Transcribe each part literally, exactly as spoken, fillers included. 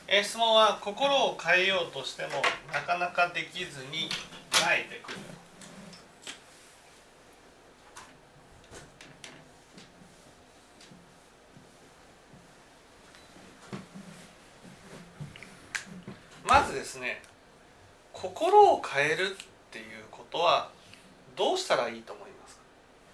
えー、質問は心を変えようとしてもなかなかできずに萎えてくる。まずですね、心を変えるっていうことはどうしたらいいと思いますか？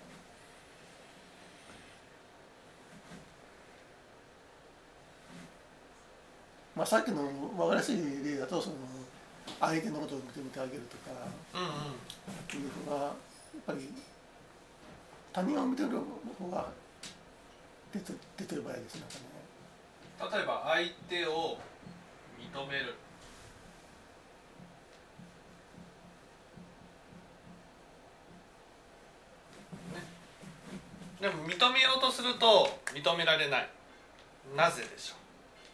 まあ、さっきの分かりやすい例だと、その相手のことを認めてあげるとかいうのがやっぱり他人を認める方が出て、出てる場合ですね。 例えば相手を認める、でも認めようとすると認められない。なぜでしょう？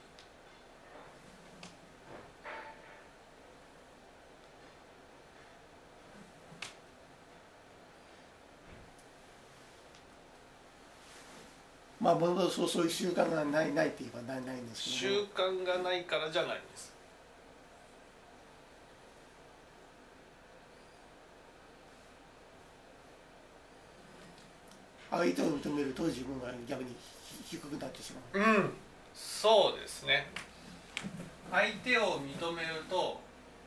まあ、もともとそう、そういう習慣がない、ないって言えばない、ないんですけど、 習慣がないからじゃないんです。 相手を認めると自分が逆に低くなってしまう。 うん、そうですね。相手を認めると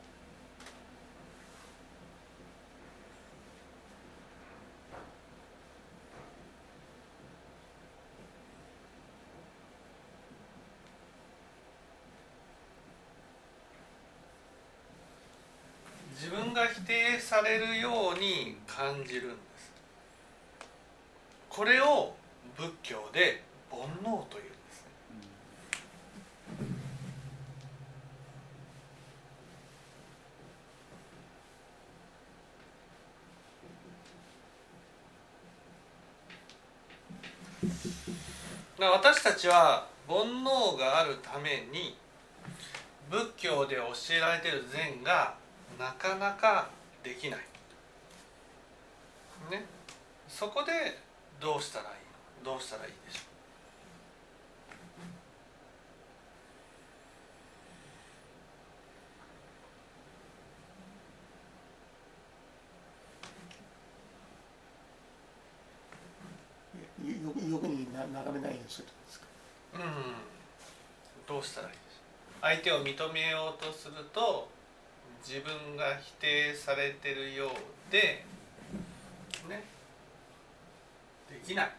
自分が否定されるように感じるんです。これを仏教で煩悩というんですね。だから私たちは煩悩があるために仏教で教えられている善がなかなかできない、ね、そこでどうしたらいいの？どうしたらいいでしょよ欲に眺めないようにするんですか？ う？うん、どうしたらいいでしょう？相手を認めようとすると自分が否定されてるようでね、できない。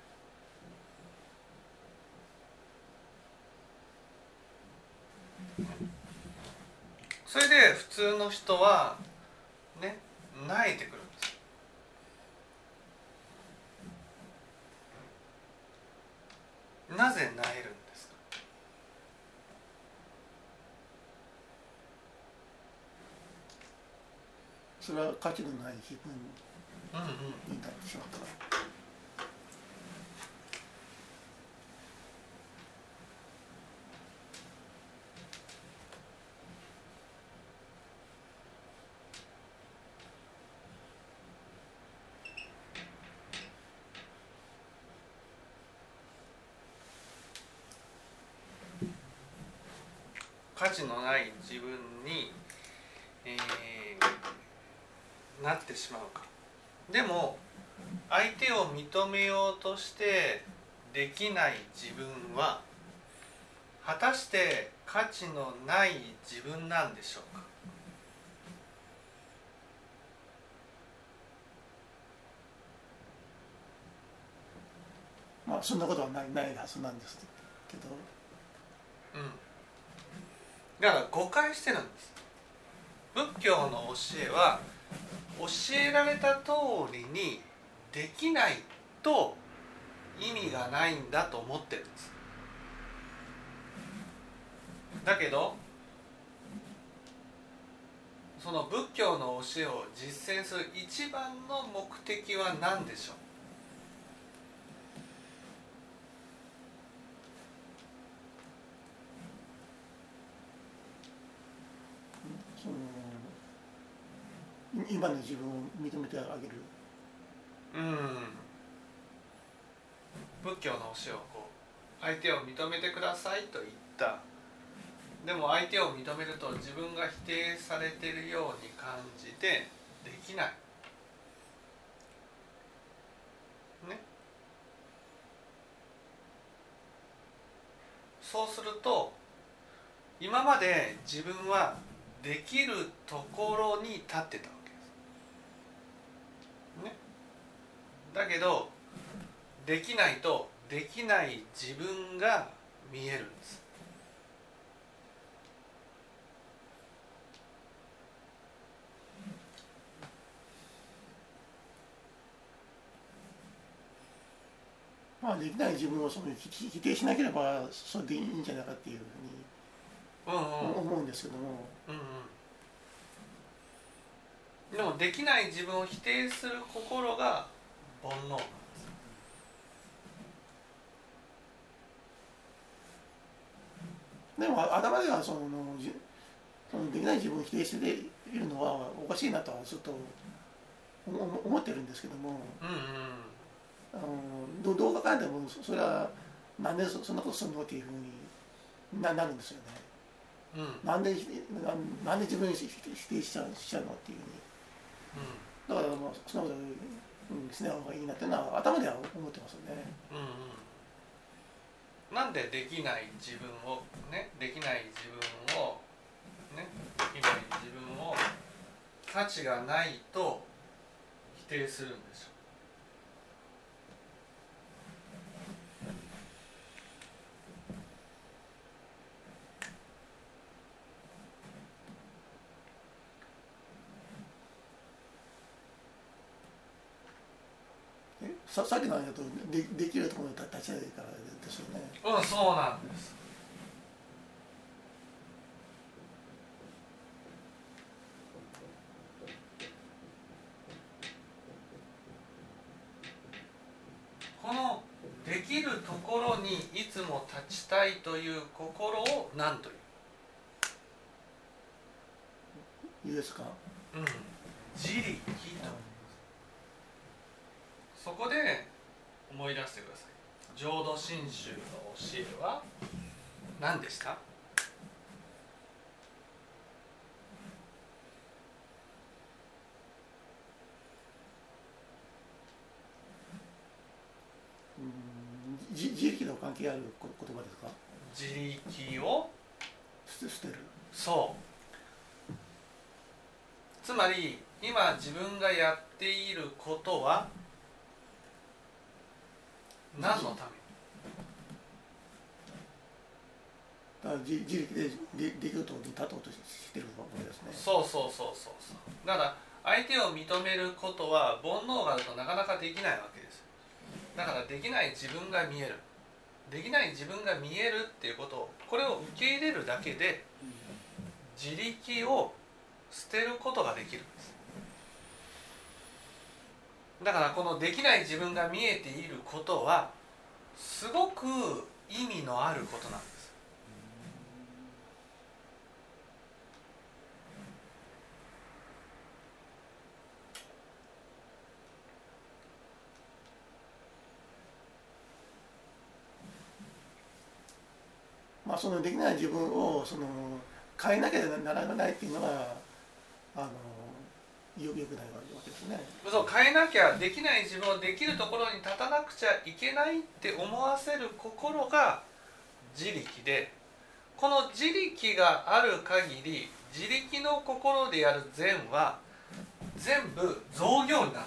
それで普通の人はね、萎えてくるんです。なぜ萎えるんですか？ それは価値のない自分うんうんになってしまうから。 価値のない自分に、えー、なってしまうか。でも相手を認めようとしてできない自分は果たして価値のない自分なんでしょうか？ まあ、そんなことはない、ないはずなんですけど。 うん。だから誤解してるんです。仏教の教えは教えられた通りにできないと意味がないんだと思ってるんです。だけどその仏教の教えを実践する一番の目的は何でしょう？ その今の自分を認めてあげる。 うん。仏教の教えをこう相手を認めてくださいと言ったでも相手を認めると自分が否定されているように感じてできない。ね。そうすると今まで自分はできるところに立ってたわけです。ね。だけどできないとできない自分が見えるんです。 まあ、できない自分をその否定しなければそれでいいんじゃないかっていうふうに思うんですけども、 うんうん、でもできない自分を否定する心が煩悩なんです。 でも頭ではそのそのできない自分を否定しているのはおかしいなとはちょっと思ってるんですけども、 うんうん、 あのどう考えてもそれはなんで そ, そんなことするのっていうふうに な, なるんですよね、うん、なんでななんで自分に否定しちゃうしちゃうのっていうふうに、うん、だからもうそんなこと、うん、しない方がいいなっていうのは頭では思ってますよね、 うんうん、なんでできない自分をねできない自分をね今の自分を価値がないと否定するんでしょう。 さ, さっきのあれだと で, できるところに立ち上げるからですよね。 うん、そうなんです。このできるところにいつも立ちたいという心を何という？ いいですか？ うん、自力と。そこで思い出してください。浄土真宗の教えは何でした？ 自, 自力の関係ある言葉ですか？ 自力を捨てる。 そう。つまり今自分がやっていることは何のため？だから 自, 自力で で, できるところに立とうとしてるわけですね。 そうそうそうそうそう。だから相手を認めることは煩悩があるとなかなかできないわけです。だからできない自分が見える。できない自分が見えるっていうことをこれを受け入れるだけで自力を捨てることができるんです。だからこのできない自分が見えていることはすごく意味のあることなんです。 まあ、そのできない自分をその変えなきゃならないっていうのがあのよくないわけですね。 そう変えなきゃできない自分をできるところに立たなくちゃいけないって思わせる心が自力で、この自力がある限り自力の心でやる善は全部造業になるんです。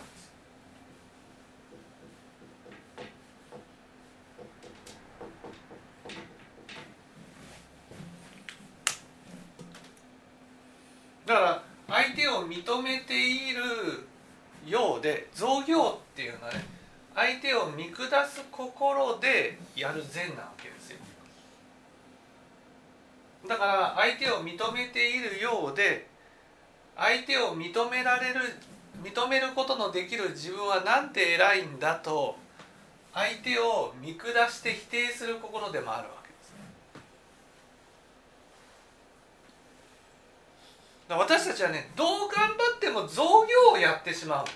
だから相手を認めているようで造業っていうのはね、相手を見下す心でやる善なわけですよ。だから相手を認めているようで相手を認められる認めることのできる自分はなんて偉いんだと相手を見下して否定する心でもあるわけです。だから私たちはね、どう頑張っても造業をやってしまうんです。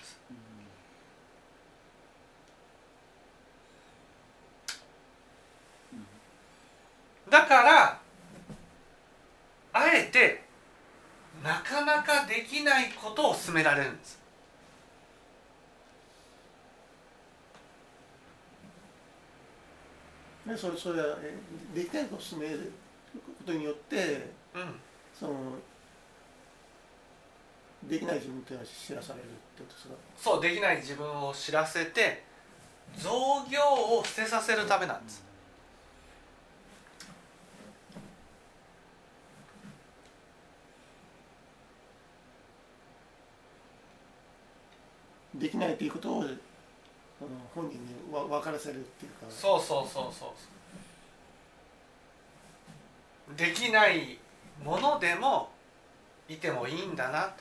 だからあえてなかなかできないことを勧められるんです。 でそれそれはできないことを進めることによって、 うん、 そのできない自分というのは知らされるってことですか。 そうできない自分を知らせて造業を捨てさせるためなんです。 できないということを本人にわ分からせるっていうか。 そうそうそうそうできないものでもいてもいいんだなと、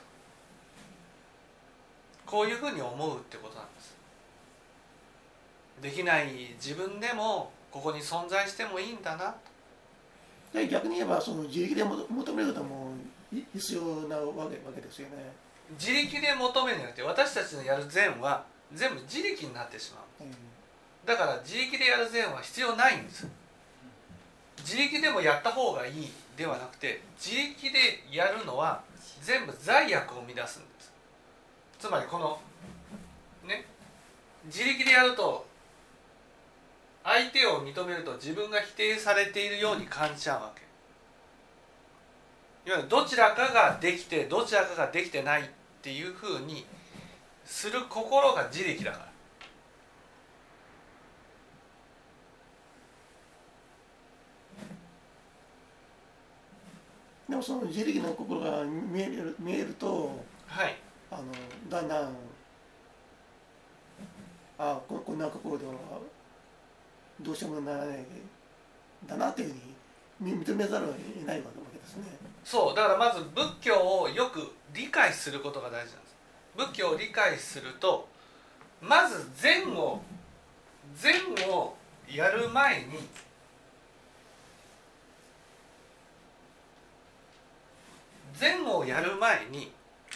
こういうふうに思うってことなんです。できない自分でもここに存在してもいいんだなと。 で逆に言えばその自力でも求めることも必要なわけわけですよね。 自力で求めるんじゃなくて、私たちのやる善は全部自力になってしまう、うん、だから自力でやる善は必要ないんです。自力でもやった方がいいではなくて、自力でやるのは全部罪悪を生み出すんです。つまりこのね、自力でやると相手を認めると自分が否定されているように感じちゃうわけ。いわゆるどちらかができてどちらかができてないっていうふうにする心が自力だから。 でもその自力の心が見える、見えると、 はい、 あのだんだんあここんな心ではどうしようもならないだなというふうに認めざるを得ないわけですね。 そうだからまず仏教をよく理解することが大事なんです。仏教を理解すると、まず善を善をやる前に善をやる前に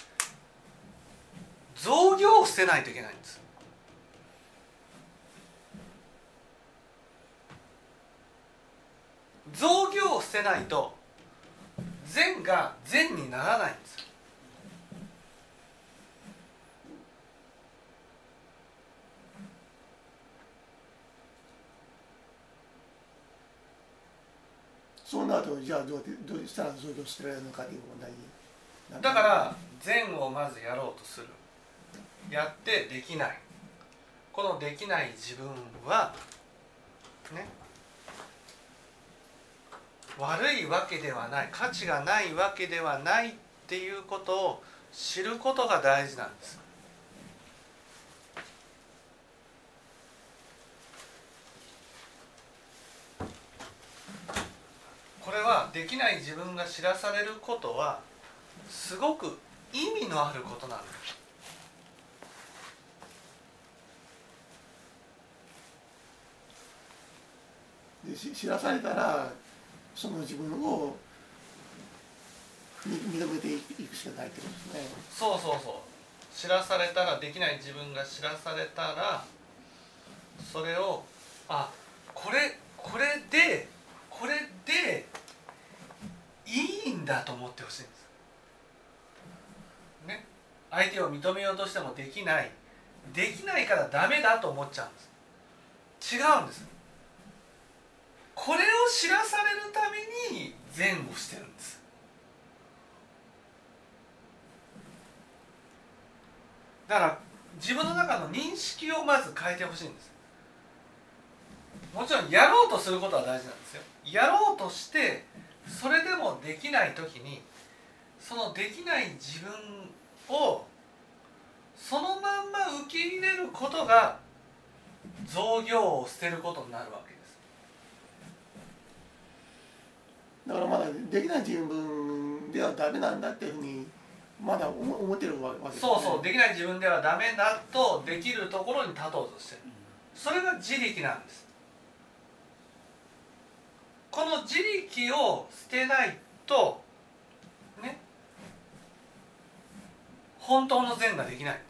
造業を捨てないといけないんです。造業を捨てないと善が善にならないんです。 そうなるとじゃあどうどうしたら造業を捨てられるのかという問題になる。 だから善をまずやろうとする。やってできない。このできない自分はね、悪いわけではない、価値がないわけではないっていうことを知ることが大事なんです。これはできない自分が知らされることはすごく意味のあることなんです。 で知らされたらその自分を認めていくしかないってことですね。 そうそうそう。知らされたら、できない自分が知らされたら、それをあこれこれでこれでいいんだと思ってほしいんです。ね、相手を認めようとしてもできない、できないからダメだと思っちゃうんです。違うんです。これを知らされるために善をしてるんです。だから自分の中の認識をまず変えてほしいんです。もちろんやろうとすることは大事なんですよ。やろうとしてそれでもできないときに、そのできない自分をそのまんま受け入れることが造業を捨てることになるわけです。 だからまだできない自分ではダメなんだっていうふうにまだ思ってるわけですね。 そうそう、できない自分ではダメだとできるところに立とうとしてる。それが自力なんです。この自力を捨てないとね、本当の善ができないんです。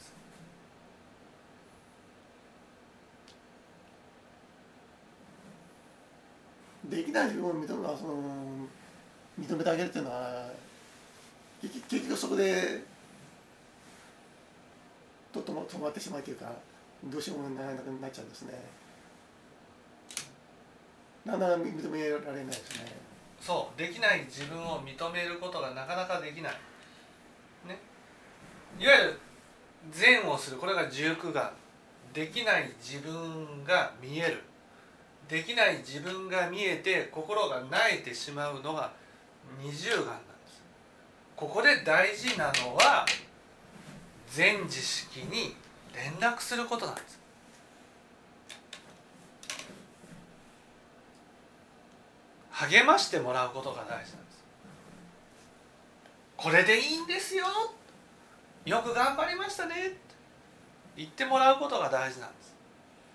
できない自分を認め、その認めてあげるっていうのは結局そこでと止ま止まってしまうというか、どうしようもならなくなっちゃうんですね。なかなか認められないですね。 そう、できない自分を認めることがなかなかできない、ね、いわゆる善をする、これが十九願。できない自分が見える、できない自分が見えて心が萎えてしまうのが二十願なんです。ここで大事なのは全知識に連絡することなんです。励ましてもらうことが大事なんです。これでいいんですよ、よく頑張りましたねって言ってもらうことが大事なんです。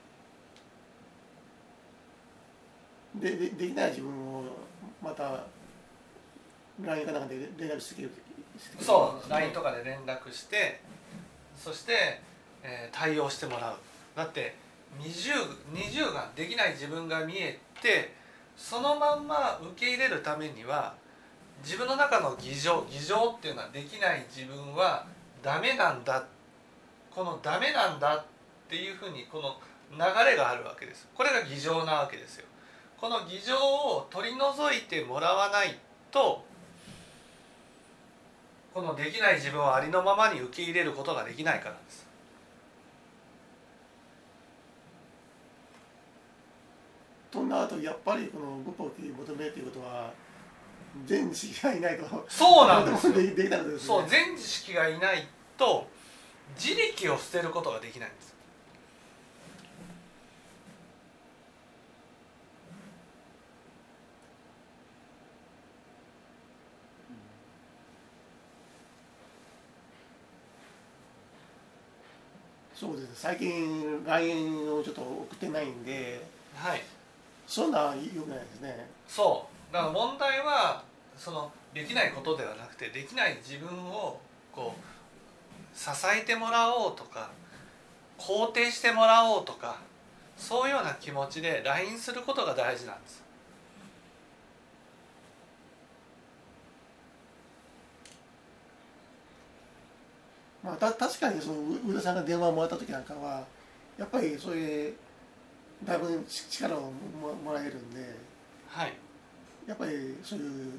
で で, できない自分をまた ライン かなんかで連絡してくれる。 そう、ライン とかで連絡して、そして、えー、対応してもらう。だって二十願、できない自分が見えて、そのまんま受け入れるためには自分の中の偽情偽情っていうのは、できない自分はダメなんだ、このダメなんだっていうふうにこの流れがあるわけです。これが偽情なわけですよ。この偽情を取り除いてもらわないと、このできない自分をありのままに受け入れることができないからです。 となるとやっぱりこの仏法を求めるということは全知識がいないと。 そうなんですよ。 できないことですね。 そう、全知識がいないと自力を捨てることができないんです。 そうですね、最近 ライン をちょっと送ってないんで、 はい、 そんな良くないですね。 そうだから問題はそのできないことではなくて、できない自分をこう支えてもらおうとか肯定してもらおうとか、そういうような気持ちで ライン することが大事なんです。 まあ、た確かにその上田さんが電話をもらった時なんかはやっぱりそれだいぶ力を も, もらえるんで、 はい、 やっぱりそういう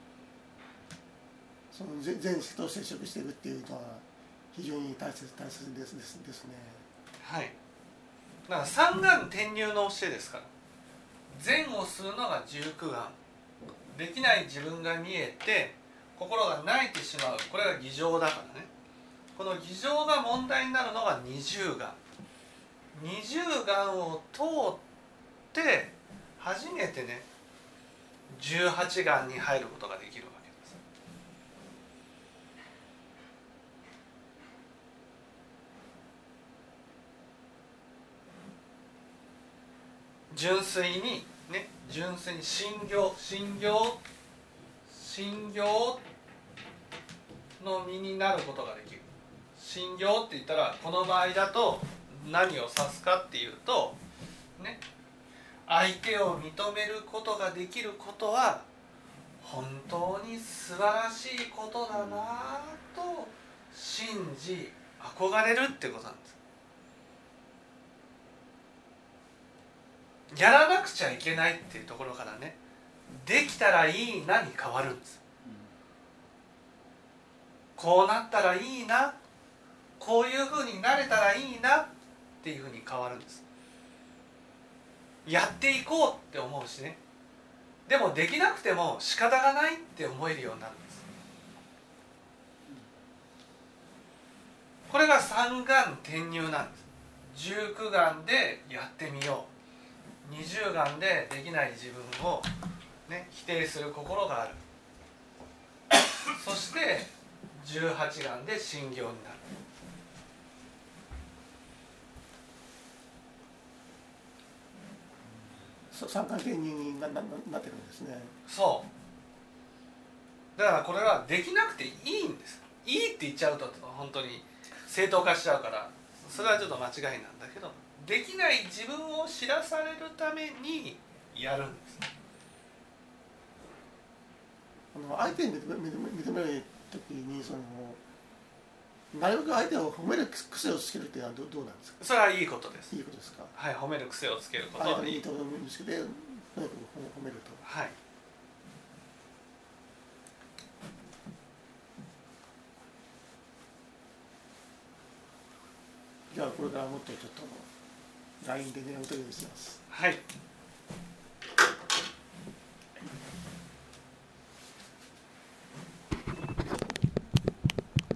その全識と接触していくっていうのは非常に大切大切ですですですね。 はい。だから三願転入の教えですから、善をするのが十九願、できない自分が見えて心が萎えてしまう、これが偽情だからね。この偽情が問題になるのが二十願。二十願を通って初めてね、十八願に入ることができるわけです。純粋にね、純粋に信行信行信行の身になることができる。信行って言ったら、この場合だと何を指すかっていうとね、相手を認めることができることは本当に素晴らしいことだなと信じ憧れるってことなんです。やらなくちゃいけないっていうところからね、できたらいいなに変わるんです。こうなったらいいな、こういうふうになれたらいいなっていうふうに変わるんです。やっていこうって思うしね、でもできなくても仕方がないって思えるようになるんです。これが三願転入なんです。十九願でやってみよう、二十願でできない自分を、ね、否定する心があるそして十八願で信行になる。 三観転入に な, な, なってるんですね。 そうだからこれはできなくていいんです。いいって言っちゃうと本当に正当化しちゃうから、それはちょっと間違いなんだけど、できない自分を知らされるためにやるんです。 あの相手に認め認める時にそのなるべく相手を褒める癖をつけるっていうのは ど, どうなんですか。 それはいいことです。 いいことですか。 はい、褒める癖をつけること相手にいいところを見つけてとにかく褒めると。 はい。 じゃあこれからもっとちょっと ライン でねお手入れします。 はい。